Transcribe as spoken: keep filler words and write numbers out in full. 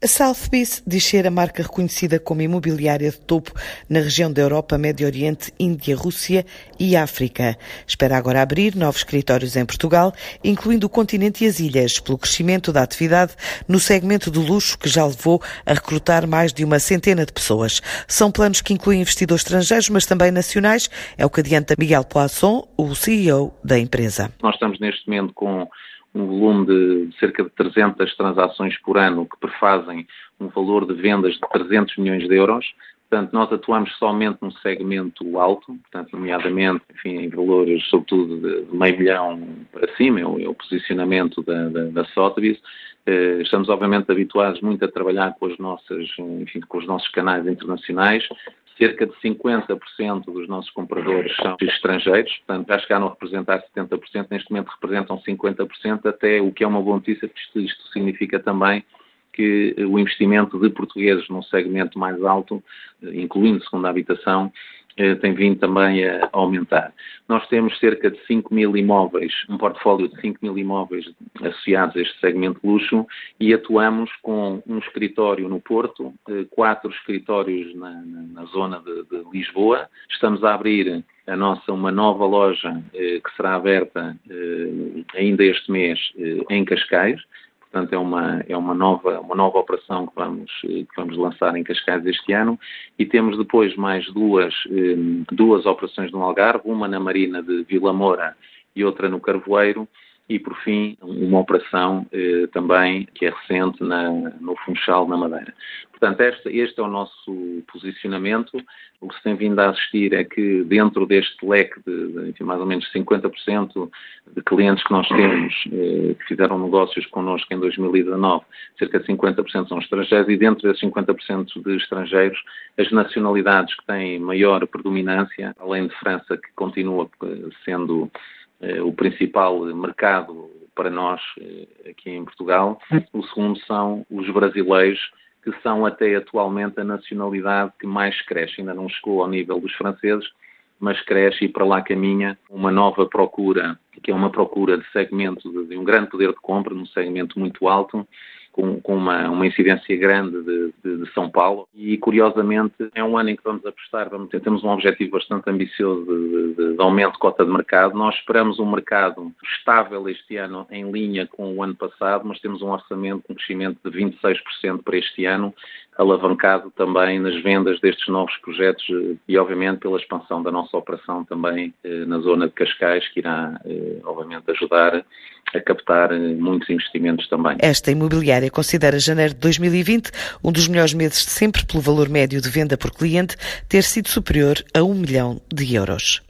A Sotheby's diz ser a marca reconhecida como imobiliária de topo na região da Europa, Médio Oriente, Índia, Rússia e África. Espera agora abrir novos escritórios em Portugal, incluindo o continente e as ilhas, pelo crescimento da atividade no segmento do luxo que já levou a recrutar mais de uma centena de pessoas. São planos que incluem investidores estrangeiros, mas também nacionais. É o que adianta Miguel Poisson, o C E O da empresa. Nós estamos neste momento com um volume de cerca de trezentas transações por ano que prefazem um valor de vendas de trezentos milhões de euros. Portanto, nós atuamos somente num segmento alto, portanto, nomeadamente, enfim, em valores, sobretudo, de meio milhão para cima, é o, é o posicionamento da, da, da Sotheby's. Eh, estamos, obviamente, habituados muito a trabalhar com, as nossas, enfim, com os nossos canais internacionais. Cerca de cinquenta por cento dos nossos compradores são estrangeiros, portanto, já chegaram a representar setenta por cento, neste momento representam cinquenta por cento, até o que é uma boa notícia, porque isto, isto significa também que o investimento de portugueses num segmento mais alto, incluindo segunda habitação, tem vindo também a aumentar. Nós temos cerca de cinco mil imóveis, um portfólio de cinco mil imóveis associados a este segmento de luxo e atuamos com um escritório no Porto, quatro escritórios na, na, na zona de, de Lisboa. Estamos a abrir a nossa, uma nova loja eh, que será aberta eh, ainda este mês eh, em Cascais. Portanto, é uma, é uma, nova, uma nova operação que vamos, que vamos lançar em Cascais este ano e temos depois mais duas, duas operações no Algarve, uma na Marina de Vila Moura e outra no Carvoeiro e, por fim, uma operação eh, também que é recente na, no Funchal, na Madeira. Portanto, este, este é o nosso posicionamento. O que se tem vindo a assistir é que dentro deste leque de, de enfim, mais ou menos cinquenta por cento de clientes que nós temos eh, que fizeram negócios connosco em dois mil e dezanove, cerca de cinquenta por cento são estrangeiros e dentro desses cinquenta por cento de estrangeiros, as nacionalidades que têm maior predominância, além de França, que continua sendo eh, o principal mercado para nós eh, aqui em Portugal, o segundo são os brasileiros, que são até atualmente a nacionalidade que mais cresce. Ainda não chegou ao nível dos franceses, mas cresce e para lá caminha uma nova procura, que é uma procura de segmento, de, de um grande poder de compra, num segmento muito alto, com, com uma, uma incidência grande de, de, de São Paulo. E, curiosamente, é um ano em que vamos apostar, vamos ter, temos um objetivo bastante ambicioso de, de, de aumento de cota de mercado. Nós esperamos um mercado estável este ano, em linha com o ano passado, mas temos um orçamento com um crescimento de vinte e seis por cento para este ano, alavancado também nas vendas destes novos projetos e, obviamente, pela expansão da nossa operação também eh, na zona de Cascais, que irá, eh, obviamente, ajudar a captar eh, muitos investimentos também. Esta imobiliária considera janeiro de dois mil e vinte um dos melhores meses de sempre pelo valor médio de venda por cliente ter sido superior a um milhão de euros.